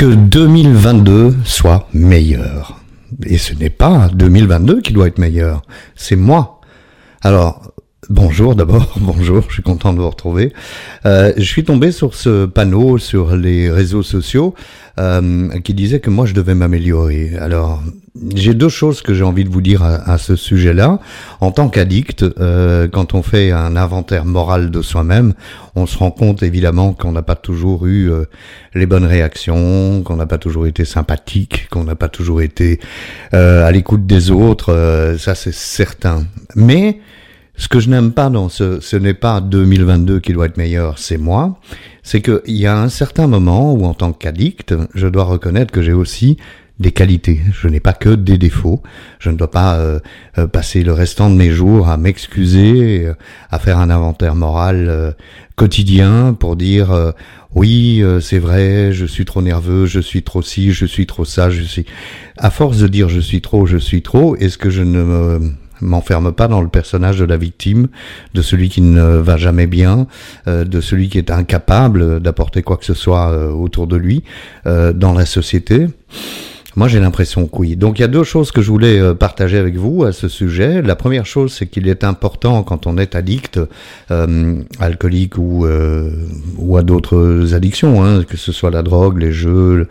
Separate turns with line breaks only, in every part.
que 2022 soit meilleur. Et ce n'est pas 2022 qui doit être meilleur, c'est moi. Alors, bonjour d'abord, bonjour, je suis content de vous retrouver. Je suis tombé sur ce panneau sur les réseaux sociaux qui disait que moi je devais m'améliorer. Alors, j'ai deux choses que j'ai envie de vous dire à ce sujet-là. En tant qu'addict, quand on fait un inventaire moral de soi-même, on se rend compte évidemment qu'on n'a pas toujours eu les bonnes réactions, qu'on n'a pas toujours été sympathique, qu'on n'a pas toujours été à l'écoute des autres, ça c'est certain. Mais ce que je n'aime pas dans ce n'est pas 2022 qui doit être meilleur, c'est moi, c'est qu'il y a un certain moment où en tant qu'addict, je dois reconnaître que j'ai aussi des qualités. Je n'ai pas que des défauts. Je ne dois pas passer le restant de mes jours à m'excuser, à faire un inventaire moral quotidien pour dire oui, c'est vrai, je suis trop nerveux, je suis trop ci, je suis trop ça, je suis... À force de dire je suis trop, est-ce que je ne m'enferme pas dans le personnage de la victime, de celui qui ne va jamais bien, de celui qui est incapable d'apporter quoi que ce soit autour de lui, dans la société? Moi, j'ai l'impression que oui. Donc, il y a deux choses que je voulais partager avec vous à ce sujet. La première chose, c'est qu'il est important, quand on est addict, alcoolique ou à d'autres addictions, que ce soit la drogue, les jeux,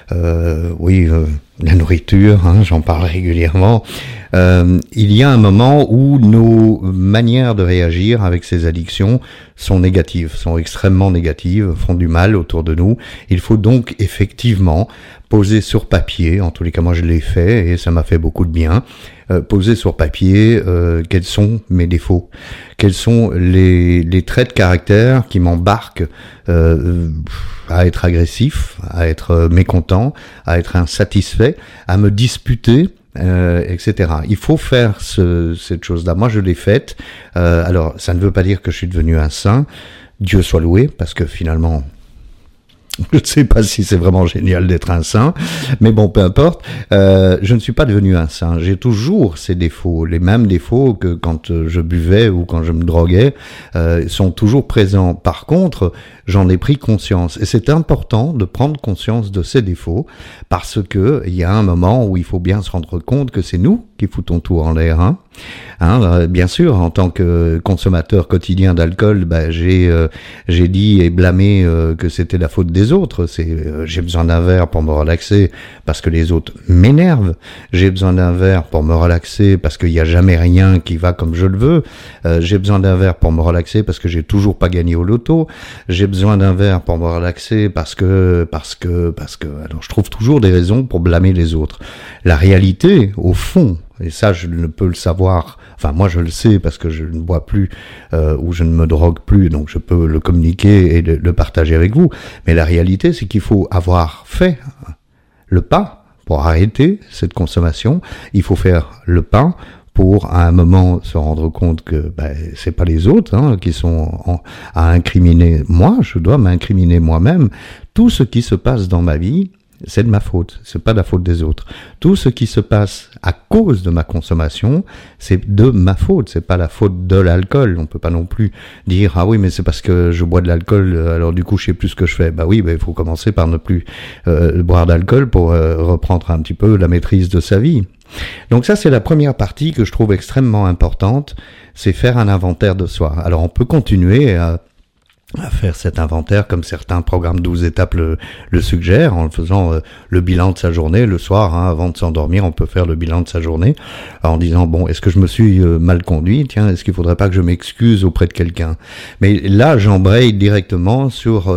la nourriture, j'en parle régulièrement. Il y a un moment où nos manières de réagir avec ces addictions sont négatives, sont extrêmement négatives, font du mal autour de nous. Il faut donc effectivement poser sur papier, en tous les cas moi je l'ai fait et ça m'a fait beaucoup de bien, poser sur papier quels sont mes défauts, quels sont les traits de caractère qui m'embarquent à être agressif, à être mécontent, à être insatisfait, à me disputer, etc. Il faut faire cette chose-là. Moi, je l'ai faite. Alors, ça ne veut pas dire que je suis devenu un saint. Dieu soit loué, parce que finalement, je ne sais pas si c'est vraiment génial d'être un saint, mais bon, peu importe. Je ne suis pas devenu un saint. J'ai toujours ces défauts, les mêmes défauts que quand je buvais ou quand je me droguais, sont toujours présents. Par contre, j'en ai pris conscience. Et c'est important de prendre conscience de ces défauts parce que il y a un moment où il faut bien se rendre compte que c'est nous qui foutons tout en l'air. Bien sûr, en tant que consommateur quotidien d'alcool, j'ai dit et blâmé que c'était la faute des autres. J'ai besoin d'un verre pour me relaxer parce que les autres m'énervent. J'ai besoin d'un verre pour me relaxer parce qu'il n'y a jamais rien qui va comme je le veux. J'ai besoin d'un verre pour me relaxer parce que j'ai toujours pas gagné au loto. J'ai besoin d'un verre pour me relaxer parce que, alors je trouve toujours des raisons pour blâmer les autres. La réalité, au fond, et ça je ne peux le savoir, enfin moi je le sais parce que je ne bois plus ou je ne me drogue plus, donc je peux le communiquer et le partager avec vous, mais la réalité c'est qu'il faut avoir fait le pas pour arrêter cette consommation, il faut faire le pas pour à un moment se rendre compte que c'est pas les autres qui sont à incriminer. Moi, je dois m'incriminer moi-même. Tout ce qui se passe dans ma vie, c'est de ma faute, c'est pas de la faute des autres. Tout ce qui se passe à cause de ma consommation, c'est de ma faute, c'est pas la faute de l'alcool. On peut pas non plus dire ah oui mais c'est parce que je bois de l'alcool alors du coup je sais plus ce que je fais. Il faut commencer par ne plus boire d'alcool pour reprendre un petit peu la maîtrise de sa vie. Donc ça c'est la première partie que je trouve extrêmement importante, c'est faire un inventaire de soi. Alors on peut continuer à faire cet inventaire comme certains programmes 12 étapes le suggèrent, en faisant le bilan de sa journée le soir, avant de s'endormir, on peut faire le bilan de sa journée en disant est-ce que je me suis mal conduit, est-ce qu'il faudrait pas que je m'excuse auprès de quelqu'un. Mais là j'embraye directement sur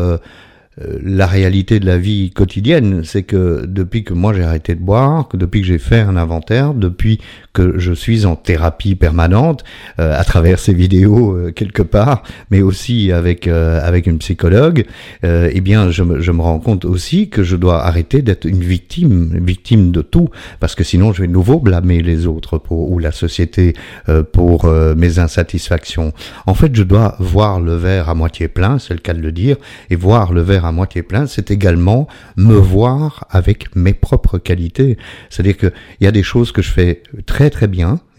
la réalité de la vie quotidienne, c'est que depuis que moi j'ai arrêté de boire, que depuis que j'ai fait un inventaire, depuis que je suis en thérapie permanente, à travers ces vidéos quelque part, mais aussi avec une psychologue, je me rends compte aussi que je dois arrêter d'être une victime de tout, parce que sinon je vais de nouveau blâmer les autres ou la société pour mes insatisfactions. En fait, je dois voir le verre à moitié plein, c'est le cas de le dire, et voir le verre à moitié plein, c'est également me voir avec mes propres qualités. C'est-à-dire que il y a des choses que je fais très très bien,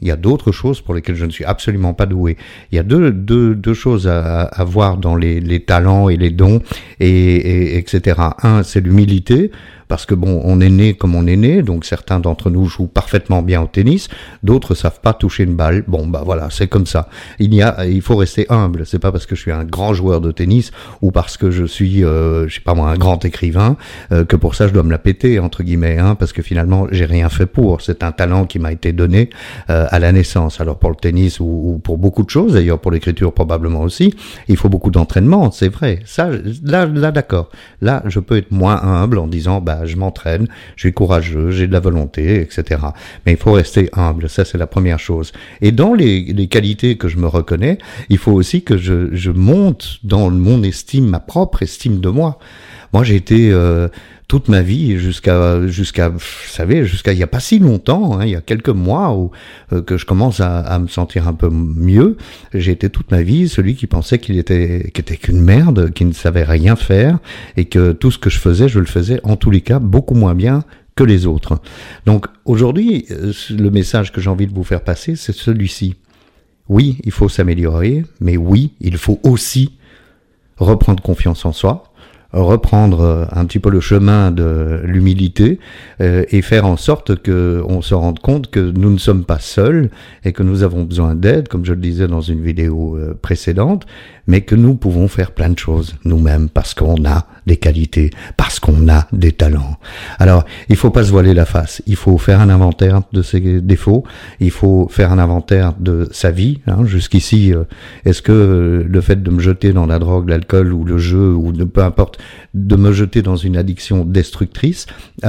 Il y a d'autres choses pour lesquelles je ne suis absolument pas doué. Il y a deux choses à voir dans les talents et les dons, et etc. Un, c'est l'humilité. Parce que bon, on est né comme on est né, donc certains d'entre nous jouent parfaitement bien au tennis, d'autres savent pas toucher une balle. Bon, bah voilà, c'est comme ça. Il faut rester humble. C'est pas parce que je suis un grand joueur de tennis ou parce que je suis, je sais pas moi, un grand écrivain que pour ça je dois me la péter entre guillemets, hein, parce que finalement j'ai rien fait pour. C'est un talent qui m'a été donné à la naissance. Alors pour le tennis ou pour beaucoup de choses, d'ailleurs pour l'écriture probablement aussi, il faut beaucoup d'entraînement, c'est vrai. Ça, là d'accord. Là, je peux être moins humble en disant bah je m'entraîne, je suis courageux, j'ai de la volonté, etc. Mais il faut rester humble, ça c'est la première chose. Et dans les qualités que je me reconnais, il faut aussi que je monte dans mon estime, ma propre estime de moi. Moi j'ai été toute ma vie jusqu'à vous savez, jusqu'à il y a pas si longtemps, hein, il y a quelques mois où que je commence à me sentir un peu mieux. J'ai été toute ma vie celui qui pensait qu'il était qu'une merde, qui ne savait rien faire et que tout ce que je le faisais en tous les cas beaucoup moins bien que les autres. Donc aujourd'hui, le message que j'ai envie de vous faire passer, c'est celui-ci. Oui, il faut s'améliorer, mais oui, il faut aussi reprendre confiance en soi, reprendre un petit peu le chemin de l'humilité et faire en sorte que on se rende compte que nous ne sommes pas seuls et que nous avons besoin d'aide, comme je le disais dans une vidéo précédente, mais que nous pouvons faire plein de choses nous-mêmes parce qu'on a des qualités, parce qu'on a des talents. Alors, il faut pas se voiler la face. Il faut faire un inventaire de ses défauts. Il faut faire un inventaire de sa vie. Hein. Jusqu'ici, est-ce que le fait de me jeter dans la drogue, l'alcool ou le jeu ou peu importe, de me jeter dans une addiction destructrice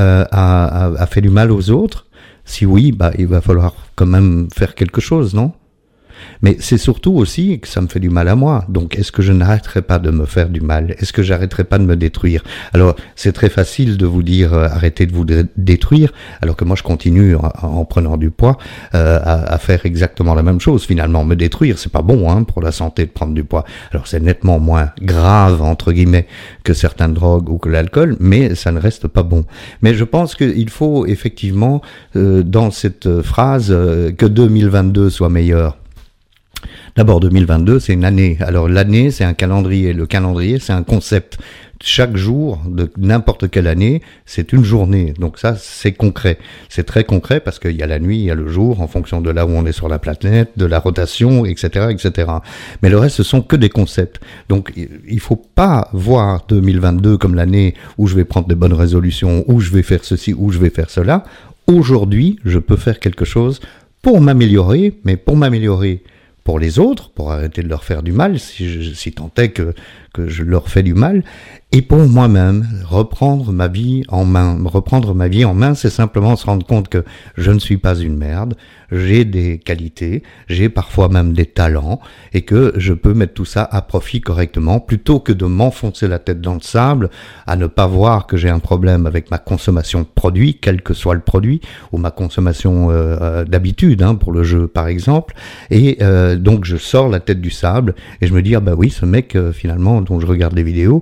a fait du mal aux autres? Si oui, bah il va falloir quand même faire quelque chose, non? Mais c'est surtout aussi que ça me fait du mal à moi. Donc, est-ce que je n'arrêterai pas de me faire du mal? Est-ce que j'arrêterai pas de me détruire? Alors, c'est très facile de vous dire arrêtez de vous détruire, alors que moi, je continue en prenant du poids à faire exactement la même chose. Finalement, me détruire, c'est pas bon hein, pour la santé de prendre du poids. Alors, c'est nettement moins grave entre guillemets que certaines drogues ou que l'alcool, mais ça ne reste pas bon. Mais je pense qu'il faut effectivement dans cette phrase que 2022 soit meilleur. D'abord, 2022, c'est une année. Alors, l'année, c'est un calendrier. Le calendrier, c'est un concept. Chaque jour de n'importe quelle année, c'est une journée. Donc ça, c'est concret. C'est très concret parce qu'il y a la nuit, il y a le jour, en fonction de là où on est sur la planète, de la rotation, etc., etc. Mais le reste, ce sont que des concepts. Donc, il faut pas voir 2022 comme l'année où je vais prendre des bonnes résolutions, où je vais faire ceci, où je vais faire cela. Aujourd'hui, je peux faire quelque chose pour m'améliorer, mais pour m'améliorer pour les autres, pour arrêter de leur faire du mal, si tant est que je leur fais du mal, et pour moi-même, reprendre ma vie en main. Reprendre ma vie en main, c'est simplement se rendre compte que je ne suis pas une merde, j'ai des qualités, j'ai parfois même des talents, et que je peux mettre tout ça à profit correctement, plutôt que de m'enfoncer la tête dans le sable, à ne pas voir que j'ai un problème avec ma consommation de produits, quel que soit le produit, ou ma consommation d'habitude, hein, pour le jeu par exemple, et donc je sors la tête du sable, et je me dis, ah bah oui, ce mec, finalement, dont je regarde les vidéos,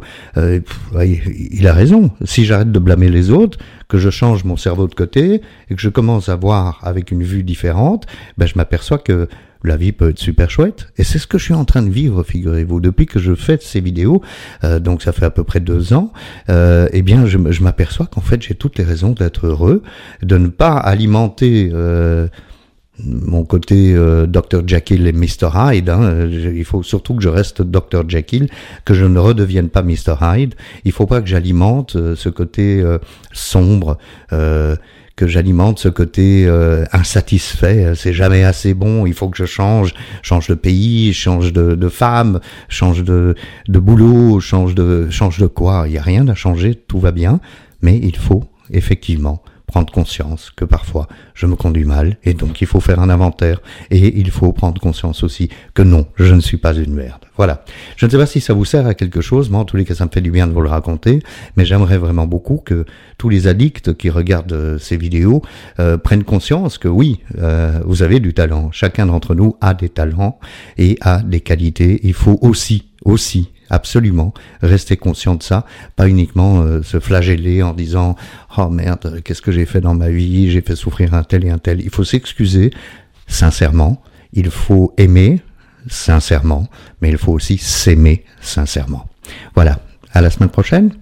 il a raison. Si j'arrête de blâmer les autres, que je change mon cerveau de côté et que je commence à voir avec une vue différente, ben je m'aperçois que la vie peut être super chouette. Et c'est ce que je suis en train de vivre, figurez-vous. Depuis que je fais ces vidéos, donc ça fait à peu près 2 ans, eh bien je m'aperçois qu'en fait j'ai toutes les raisons d'être heureux, de ne pas alimenter mon côté Dr Jekyll et Mr Hyde, hein. Il faut surtout que je reste Dr Jekyll, que je ne redevienne pas Mr Hyde. Il faut pas que j'alimente ce côté sombre, que j'alimente ce côté insatisfait. C'est jamais assez bon. Il faut que je change de pays, change de femme, change de boulot, change de quoi. Il y a rien à changer, tout va bien, mais il faut effectivement prendre conscience que parfois je me conduis mal et donc il faut faire un inventaire et il faut prendre conscience aussi que non, je ne suis pas une merde. Voilà. Je ne sais pas si ça vous sert à quelque chose, mais en tous les cas ça me fait du bien de vous le raconter, mais j'aimerais vraiment beaucoup que tous les addicts qui regardent ces vidéos prennent conscience que oui, vous avez du talent. Chacun d'entre nous a des talents et a des qualités. Il faut aussi absolument rester conscient de ça, pas uniquement se flageller en disant « Oh merde, qu'est-ce que j'ai fait dans ma vie, j'ai fait souffrir un tel et un tel ». Il faut s'excuser, sincèrement, il faut aimer sincèrement, mais il faut aussi s'aimer sincèrement. Voilà, à la semaine prochaine.